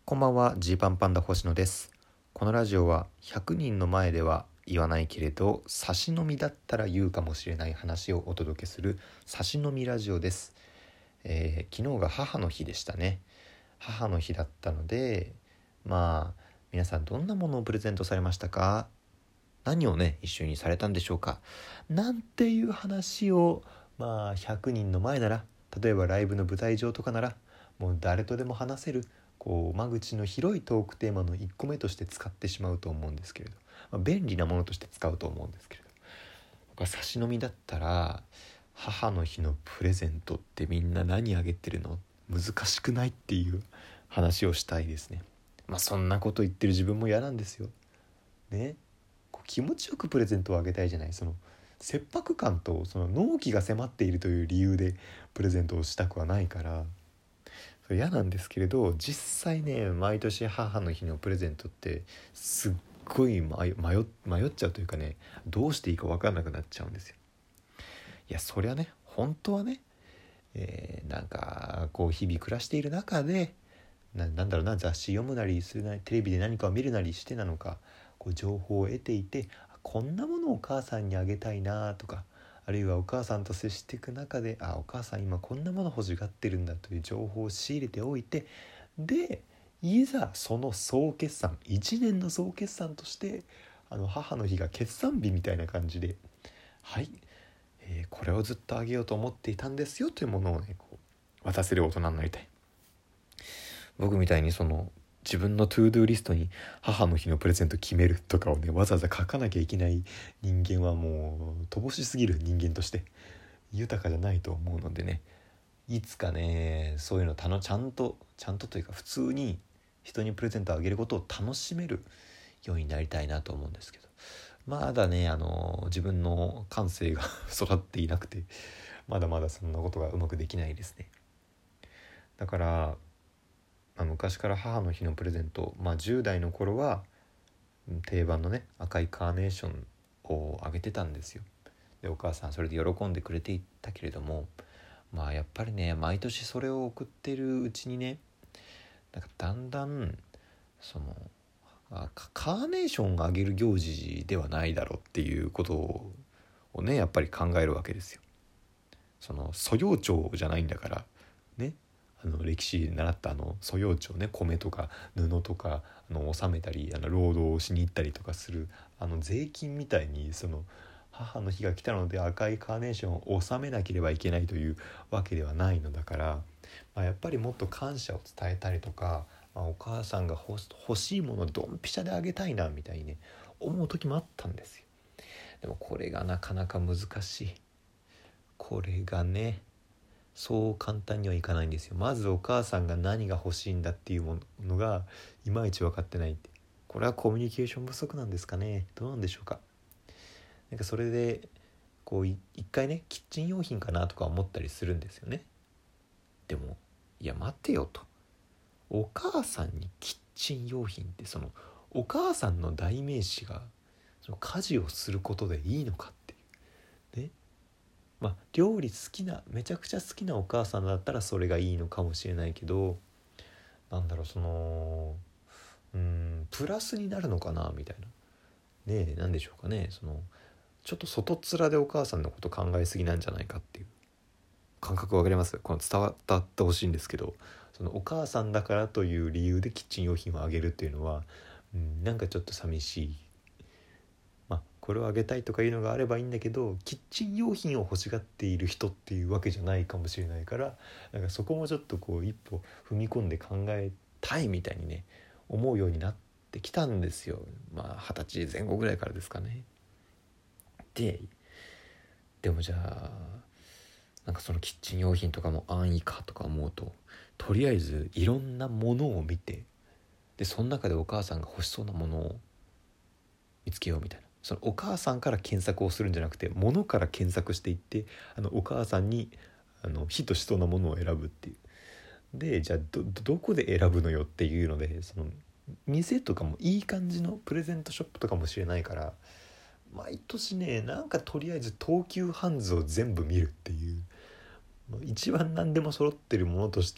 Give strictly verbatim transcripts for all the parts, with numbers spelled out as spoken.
こんばんは、ジーパンパンダ星野です。このラジオはひゃくにんの前では言わないけれど差し飲みだったら言うかもしれない話をお届けする差し飲みラジオです。えー、昨日が母の日でしたね。母の日だったので、まあ皆さんどんなものをプレゼントされましたか？何をね一緒にされたんでしょうか？なんていう話をまあひゃくにんの前なら、例えばライブの舞台上とかならもう誰とでも話せるこう間口の広いトークテーマのいっこめとして使ってしまうと思うんですけれど、まあ、便利なものとして使うと思うんですけれど、僕は差し飲みだったら母の日のプレゼントってみんな何あげてるの？難しくないっていう話をしたいですね。まあそんなこと言ってる自分も嫌なんですよね。こう気持ちよくプレゼントをあげたいじゃない。その切迫感とその納期が迫っているという理由でプレゼントをしたくはないから嫌なんですけれど、実際ね毎年母の日のプレゼントってすっごい迷迷迷っちゃうというかね、どうしていいか分からなくなっちゃうんですよ。いやそりゃね本当はね、えー、なんかこう日々暮らしている中でな, なんだろうな雑誌読むなりするなりテレビで何かを見るなりしてなのか、こう情報を得ていてこんなものをお母さんにあげたいなとか、あるいはお母さんと接していく中であお母さん今こんなもの欲しがってるんだという情報を仕入れておいて、でいざその総決算いちねんの総決算としてあの母の日が決算日みたいな感じではい、えー、これをずっとあげようと思っていたんですよというものをねこう渡せる大人になりたい。僕みたいにその自分のトゥードゥーリストに母の日のプレゼント決めるとかをねわざわざ書かなきゃいけない人間はもう乏しすぎる人間として豊かじゃないと思うのでね、いつかねそういうのたのちゃんとちゃんとというか普通に人にプレゼントをあげることを楽しめるようになりたいなと思うんですけど、まだねあの自分の感性が育っていなくてまだまだそんなことがうまくできないですね。だからまあ、昔から母の日のプレゼント、まあ、じゅう代の頃は定番のね赤いカーネーションをあげてたんですよ。でお母さんそれで喜んでくれていたけれども、まあやっぱりね毎年それを送ってるうちにね、なんかだんだんそのあカーネーションをあげる行事ではないだろうっていうことをねやっぱり考えるわけですよ。その素養帳じゃないんだからね、あの歴史習ったあの素養帳ね、米とか布とかあの納めたりあの労働をしに行ったりとかするあの税金みたいに、その母の日が来たので赤いカーネーションを納めなければいけないというわけではないのだから、まあ、やっぱりもっと感謝を伝えたりとか、まあ、お母さんが欲しいものをドンピシャであげたいなみたいにね思う時もあったんですよ。でもこれがなかなか難しい。これがねそう簡単にはいかないんですよ。まずお母さんが何が欲しいんだっていうものがいまいち分かってないって、これはコミュニケーション不足なんですかね。どうなんでしょうか。なんかそれでこう一回ねキッチン用品かなとか思ったりするんですよね。でもいや待てよと、お母さんにキッチン用品ってそのお母さんの代名詞がその家事をすることでいいのかっていうね。まあ料理好きなめちゃくちゃ好きなお母さんだったらそれがいいのかもしれないけど、なんだろうそのうーんプラスになるのかなみたいなねえ、なんでしょうかね。そのちょっと外面でお母さんのこと考えすぎなんじゃないかっていう感覚わかります？この伝わってほしいんですけど、そのお母さんだからという理由でキッチン用品をあげるっていうのは、うん、なんかちょっと寂しい。まあこれをあげたいとかいうのがあればいいんだけど、キッチン用品を欲しがっている人っていうわけじゃないかもしれないから、なんかそこもちょっとこう一歩踏み込んで考えたいみたいにね思うようになってきたんですよ。まあ二十歳前後ぐらいからですかね。ででもじゃあなんかそのキッチン用品とかも安易かとか思うと、とりあえずいろんなものを見て、でその中でお母さんが欲しそうなものを見つけようみたいな、そのお母さんから検索をするんじゃなくて物から検索していって、あのお母さんにあのヒットしそうなものを選ぶっていう。でじゃあ ど, どこで選ぶのよっていうので、その店とかもいい感じのプレゼントショップとかもしれないから、毎年ねなんかとりあえず東急ハンズを全部見るっていう、一番何でも揃ってるものとして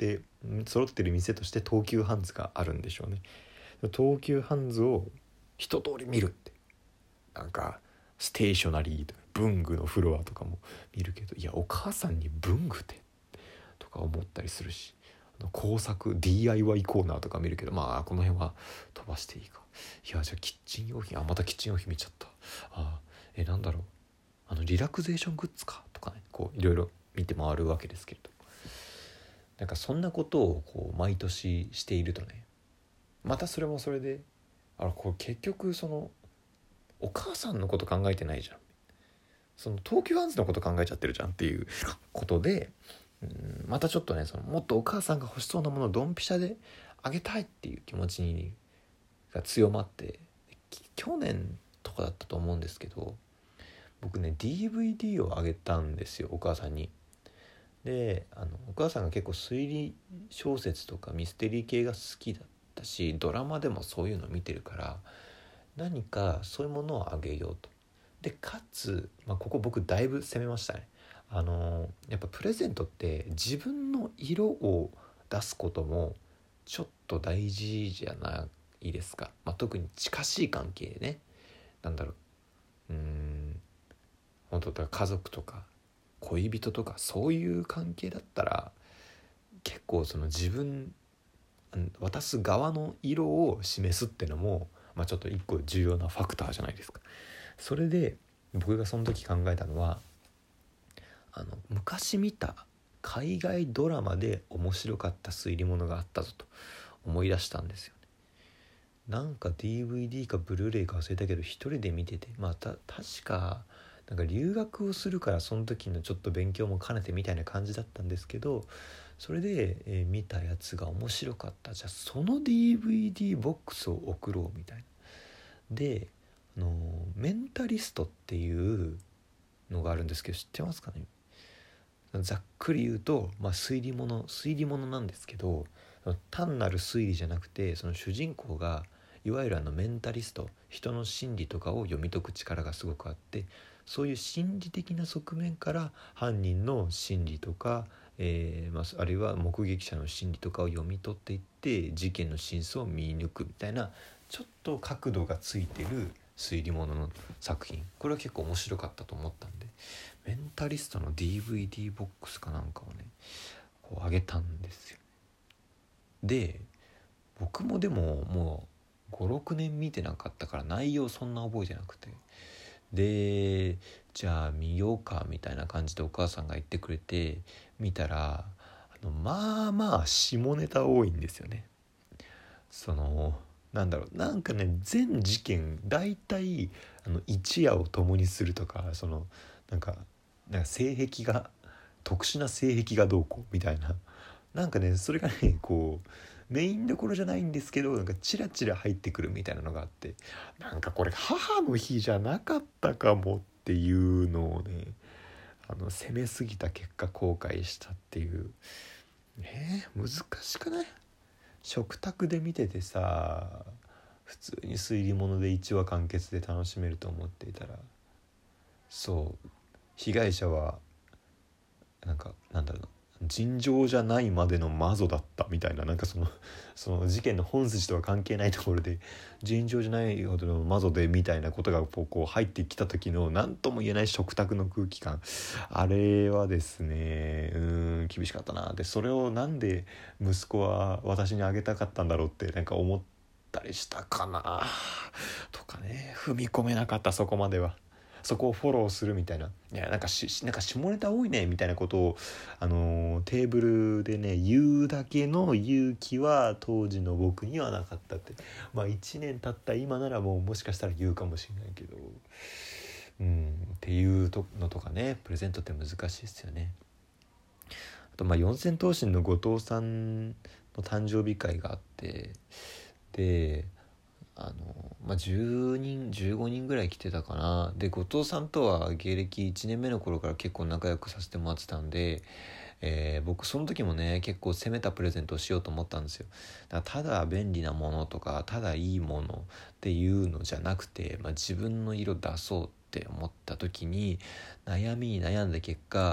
揃ってる店として東急ハンズがあるんでしょうね。東急ハンズを一通り見るって、なんかステーショナリーとか文具のフロアとかも見るけど、いやお母さんに文具ってとか思ったりするし、あの工作 ディーアイワイ コーナーとか見るけど、まあこの辺は飛ばしていいか。いやじゃあキッチン用品、あまたキッチン用品見ちゃった。あえなんだろうあのリラクゼーショングッズかとかね、こういろいろ見て回るわけですけれど、なんかそんなことをこう毎年しているとね、またそれもそれで、あこれ結局そのお母さんのこと考えてないじゃん、その東急ハンズのこと考えちゃってるじゃんっていうことで、うんまたちょっとね、そのもっとお母さんが欲しそうなものをドンピシャであげたいっていう気持ちにが強まって、去年とかだったと思うんですけど、僕ね ディーブイディー をあげたんですよ、お母さんに。であのお母さんが結構推理小説とかミステリー系が好きだったし、ドラマでもそういうの見てるから、何かそういうものをあげようと。でかつ、まあ、ここ僕だいぶ攻めましたね。あのやっぱプレゼントって自分の色を出すこともちょっと大事じゃないですか、まあ、特に近しい関係でね、なんだろううーん本当だ家族とか恋人とかそういう関係だったら、結構その自分渡す側の色を示すってのも、まあ、ちょっと一個重要なファクターじゃないですか。それで僕がその時考えたのは、あの昔見た海外ドラマで面白かった推理物があったぞと思い出したんですよね。なんか ディーブイディー かブルーレイか忘れたけど一人で見てて、まあた確かなんか留学をするからその時のちょっと勉強も兼ねてみたいな感じだったんですけど、それで、えー見たやつが面白かった、じゃあその ディーブイディー ボックスを送ろうみたいな。で、あのーメンタリストっていうのがあるんですけど知ってますかね。ざっくり言うと、まあ、推理物推理物なんですけど、単なる推理じゃなくて、その主人公がいわゆるあのメンタリスト、人の心理とかを読み解く力がすごくあって、そういう心理的な側面から犯人の心理とか、えーまあ、あるいは目撃者の心理とかを読み取っていって事件の真相を見抜くみたいな、ちょっと角度がついてる推理物の作品、これは結構面白かったと思ったんで、メンタリストの ディーブイディー ボックスかなんかをねこうあげたんですよ。で僕もでももうごろくねん見てなかったから内容そんな覚えてなくて、でじゃあ見ようかみたいな感じでお母さんが言ってくれて見たら、あのまあまあ下ネタ多いんですよね。そのなんだろうなんかね全事件大体あの一夜を共にするとか、そのなんかなんか性癖が特殊な性癖がどうこうみたいな、なんかねそれがねこうメインどころじゃないんですけど、なんかチラチラ入ってくるみたいなのがあって、なんかこれ母の日じゃなかったかもっていうのをね、あの攻めすぎた結果後悔したっていうね。難しくない？食卓で見ててさ、普通に推理物でいちわ完結で楽しめると思っていたら、そう被害者はなんかなんだろうな、尋常じゃないまでの魔女だったみたいな、なんかそのその事件の本筋とは関係ないところで尋常じゃないほどの魔女でみたいなことがこう入ってきた時の何とも言えない食卓の空気感、あれはですねうーん厳しかったな。でそれをなんで息子は私にあげたかったんだろうってなんか思ったりしたかなとかね、踏み込めなかった、そこまでは。そこをフォローするみたいな、いやなんかしなんか下ネタ多いねみたいなことを、あのー、テーブルでね言うだけの勇気は当時の僕にはなかったって。まあいちねん経った今ならもうもしかしたら言うかもしれないけど、うんっていうのとかね、プレゼントって難しいですよね。あとまあ四千頭身の後藤さんの誕生日会があって、であのまあ、じゅうにんじゅうごにんぐらい来てたかな。で後藤さんとは芸歴いちねんめの頃から結構仲良くさせてもらってたんで、えー、僕その時もね結構攻めたプレゼントをしようと思ったんですよ。だからただ便利なものとかただいいものっていうのじゃなくて、まあ、自分の色出そうって思った時に悩みに悩んだ結果、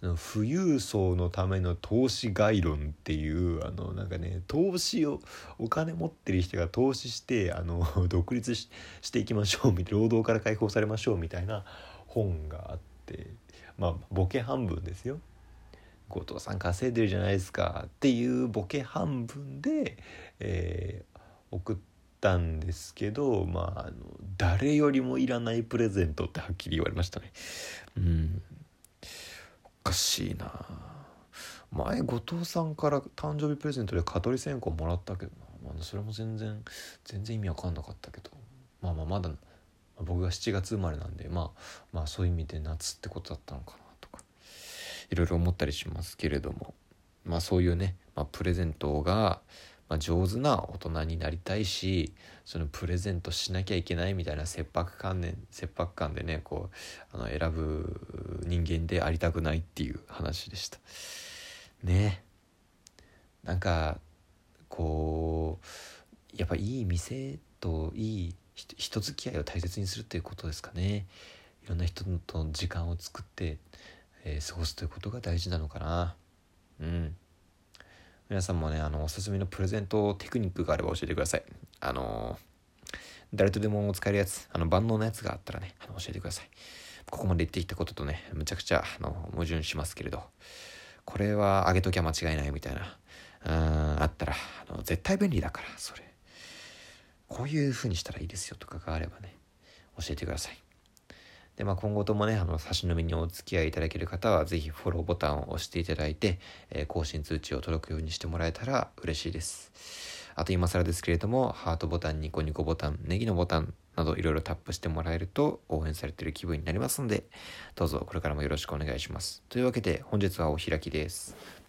富裕層のための投資概論っていうあのなんかね投資をお金持ってる人が投資してあの独立 し, していきましょうみたいな労働から解放されましょうみたいな本があって、まあボケ半分ですよ。後藤さん稼いでるじゃないですかっていうボケ半分で、えー、送ったんですけど、まあ、あの誰よりもいらないプレゼントってはっきり言われましたね。うんおかしいな。前後藤さんから誕生日プレゼントで蚊取り線香もらったけどな、まあ、それも全然全然意味わかんなかったけど、まあまあまだ僕がしちがつ生まれなんで、まあまあそういう意味で夏ってことだったのかなとかいろいろ思ったりしますけれども、まあそういうね、まあ、プレゼントがまあ、上手な大人になりたいし、そのプレゼントしなきゃいけないみたいな切迫観念切迫感でねこうあの選ぶ人間でありたくないっていう話でしたね。なんかこうやっぱいい店といい人人付き合いを大切にするということですかね。いろんな人との時間を作って、えー過ごすということが大事なのかな。うん皆さんもねあのおすすめのプレゼントテクニックがあれば教えてください。あの誰とでも使えるやつ、あの万能なやつがあったらねあの教えてください。ここまで言ってきたこととねむちゃくちゃあの矛盾しますけれど、これはあげときゃ間違いないみたいなうんあったらあの絶対便利だからそれこういう風にしたらいいですよとかがあればね教えてください。でまあ、今後ともねあの差し飲みにお付き合いいただける方はぜひフォローボタンを押していただいて、えー、更新通知を届くようにしてもらえたら嬉しいです。あと今更ですけれどもハートボタン、ニコニコボタン、ネギのボタンなどいろいろタップしてもらえると応援されている気分になりますのでどうぞこれからもよろしくお願いします。というわけで本日はお開きです。